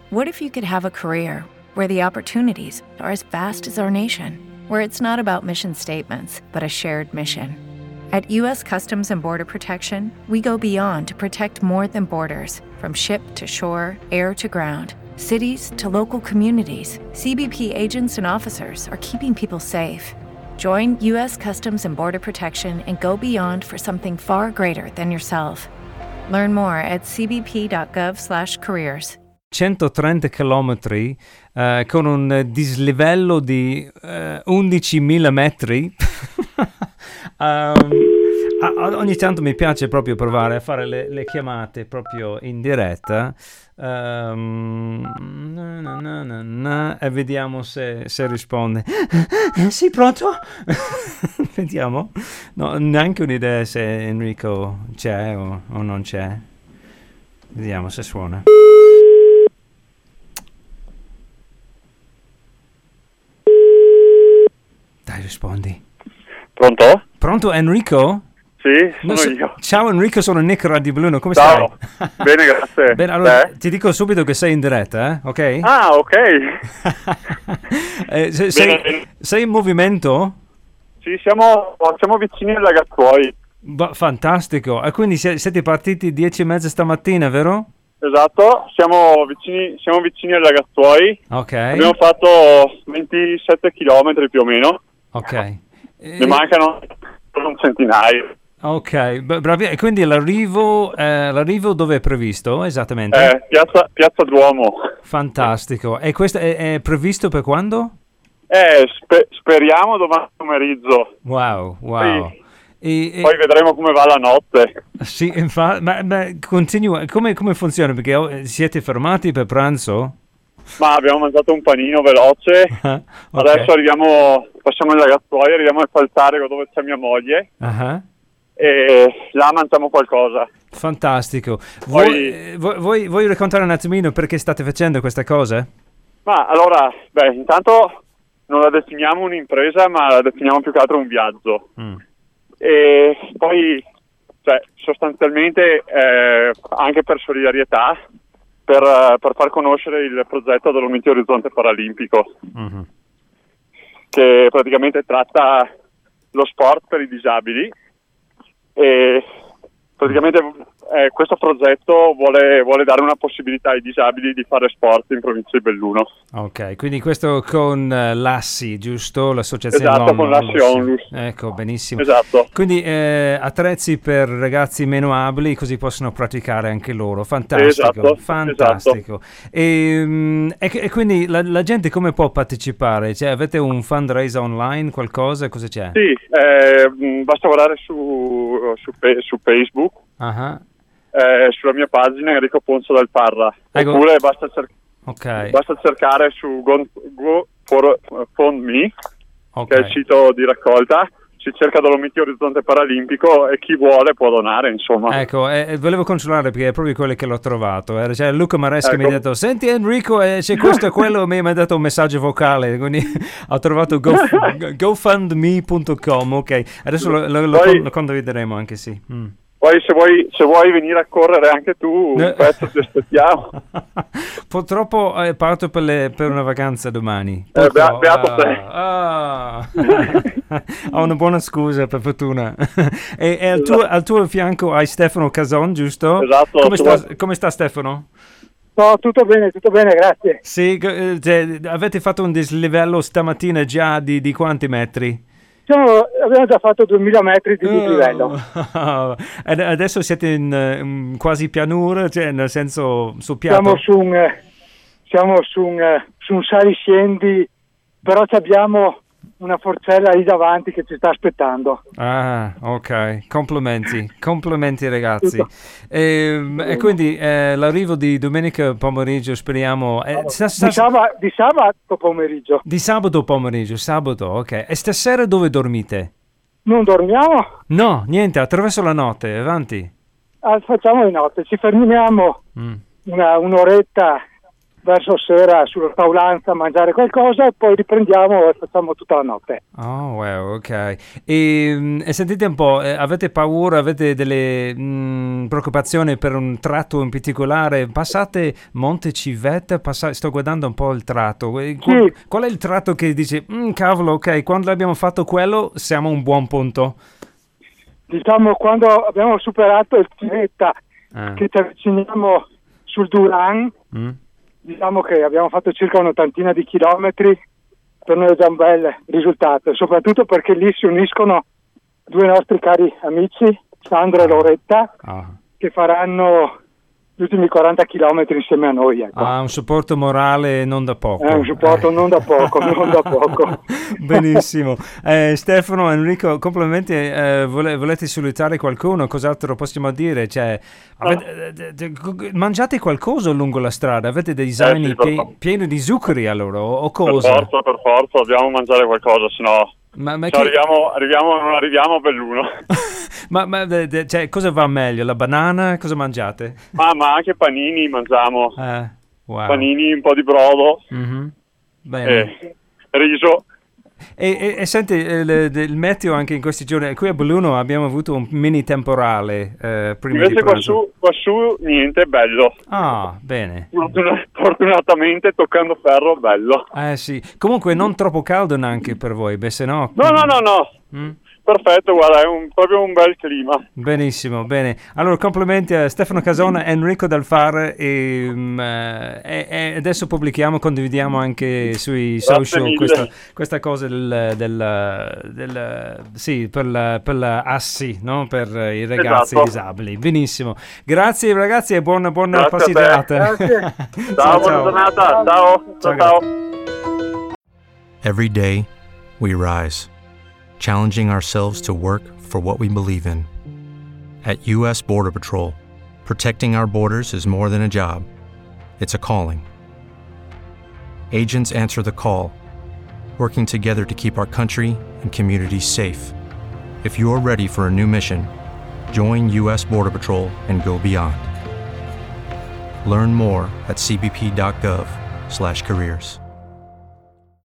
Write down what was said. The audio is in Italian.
What if you could have a career where the opportunities are as vast as our nation, where it's not about mission statements, but a shared mission? At U.S. Customs and Border Protection, we go beyond to protect more than borders. From ship to shore, air to ground, cities to local communities, CBP agents and officers are keeping people safe. Join U.S. Customs and Border Protection and go beyond for something far greater than yourself. Learn more at cbp.gov/careers. 130 km con un dislivello di 11.000 metri. Ogni tanto mi piace proprio provare a fare le chiamate proprio in diretta e vediamo se risponde. Sì, pronto? Vediamo. No, neanche un'idea se Enrico c'è o non c'è. Vediamo se suona. Dai, rispondi. Pronto? Pronto, Enrico? Sì, sono io. Ciao Enrico, sono Nick Radio Bruno, come Ciao. stai? Bene, grazie. Bene, allora ti dico subito che sei in diretta, ok? Ah, ok. Sei in movimento? Sì, siamo vicini ai Lagazzuoi. Fantastico, e quindi siete partiti 10:30 stamattina, vero? Esatto, siamo vicini ai Lagazzuoi. Ok. Abbiamo fatto 27 km più o meno. Ok. Ne mancano un centinaio. Ok, bravi. E quindi l'arrivo dove è previsto esattamente? Piazza Duomo. Fantastico. E questo è previsto per quando? Speriamo domani pomeriggio. Wow. Poi vedremo come va la notte. Sì, infatti, ma continua. Come funziona? Perché siete fermati per pranzo? Ma abbiamo mangiato un panino veloce. Okay. Adesso passiamo ai Lagazzuoi, arriviamo al Falzare dove c'è mia moglie. E là mangiamo qualcosa. Fantastico. Vuoi raccontare un attimino perché state facendo queste cose? Ma allora, intanto non la definiamo un'impresa, ma la definiamo più che altro un viaggio. E poi, sostanzialmente, anche per solidarietà, per far conoscere il progetto Dolomiti Orizzonte Paralimpico, che praticamente tratta lo sport per i disabili. E praticamente questo progetto vuole dare una possibilità ai disabili di fare sport in provincia di Belluno. Ok, quindi questo con l'ASSI, giusto? L'associazione Esatto, con l'ASSI Onlus. Ecco, benissimo. Esatto. Quindi attrezzi per ragazzi meno abili, così possono praticare anche loro. Fantastico, fantastico. Esatto. E quindi la gente come può partecipare? Cioè, avete un fundraiser online, qualcosa? Cosa c'è? Sì, basta guardare su Facebook. Sulla mia pagina Enrico Ponzo del Parra, oppure basta cercare su GoFundMe, che è il sito di raccolta. Si cerca Dolomiti Orizzonte Paralimpico e chi vuole può donare, insomma. Ecco, volevo controllare perché è proprio quello che l'ho trovato. C'è Luca Mareschi, mi ha detto: senti Enrico, c'è questo e quello, mi ha dato un messaggio vocale, quindi ho trovato gofundme.com. Ok, adesso lo condivideremo anche, sì. Poi se vuoi venire a correre anche tu, un pezzo ti aspettiamo. Purtroppo parto per una vacanza domani. Beato te. Ho una buona scusa, per fortuna. E al tuo fianco hai Stefano Cason, giusto? Esatto. Come sta Stefano? No, tutto bene, grazie. Sì, avete fatto un dislivello stamattina già di quanti metri? Abbiamo già fatto 2000 metri di dislivello. Adesso siete in quasi pianura, cioè nel senso sul piatto? Siamo su un saliscendi, però abbiamo una forcella lì davanti che ci sta aspettando. Ah, ok, complimenti ragazzi. E quindi l'arrivo di domenica pomeriggio speriamo di sabato pomeriggio. Di sabato pomeriggio, ok. E stasera dove dormite? Non dormiamo? No, niente, attraverso la notte, avanti. Facciamo di notte, ci fermiamo un'oretta verso sera sulla taulanza a mangiare qualcosa e poi riprendiamo e facciamo tutta la notte. Oh, wow, ok. E sentite un po', avete paura, avete delle preoccupazioni per un tratto in particolare? Passate Monte Civetta, sto guardando un po' il tratto. Sì. Qual è il tratto che dice, cavolo, ok, quando abbiamo fatto quello siamo a un buon punto? Diciamo quando abbiamo superato il Civetta, che ci avviciniamo sul Duran, diciamo che abbiamo fatto circa un'ottantina di chilometri, per noi è già un bel risultato, soprattutto perché lì si uniscono due nostri cari amici, Sandro e Loretta, che faranno gli ultimi 40 chilometri insieme a noi. Ecco. Un supporto morale non da poco. È un supporto non da poco, non da poco. Benissimo. Stefano, Enrico, complimenti. Volete salutare qualcuno? Cos'altro possiamo dire? Cioè, mangiate qualcosa lungo la strada? Avete dei zaini pieni di zuccheri allora o cosa? Per forza, dobbiamo mangiare qualcosa, sennò... non arriviamo a Belluno. Cioè, cosa va meglio? La banana? Cosa mangiate? Ma anche panini mangiamo. Wow. Panini, un po' di brodo. Bene. Riso. E senti, il meteo anche in questi giorni, qui a Belluno abbiamo avuto un mini temporale prima di pranzo. Quassù niente, bello. Bene. Fortunatamente toccando ferro, bello. Sì, comunque non troppo caldo neanche per voi, se no... No. Perfetto, guarda, è proprio un bel clima. Benissimo, bene. Allora, complimenti a Stefano Casona e Enrico Del Far e adesso condividiamo anche sui social questa cosa per la ASSI, no? Per i ragazzi disabili. Benissimo. Grazie ragazzi e buona passeggiata. Ciao, buona giornata. Ciao. Every day we rise, challenging ourselves to work for what we believe in. At U.S. Border Patrol, protecting our borders is more than a job. It's a calling. Agents answer the call, working together to keep our country and communities safe. If you're ready for a new mission, join U.S. Border Patrol and go beyond. Learn more at cbp.gov/careers.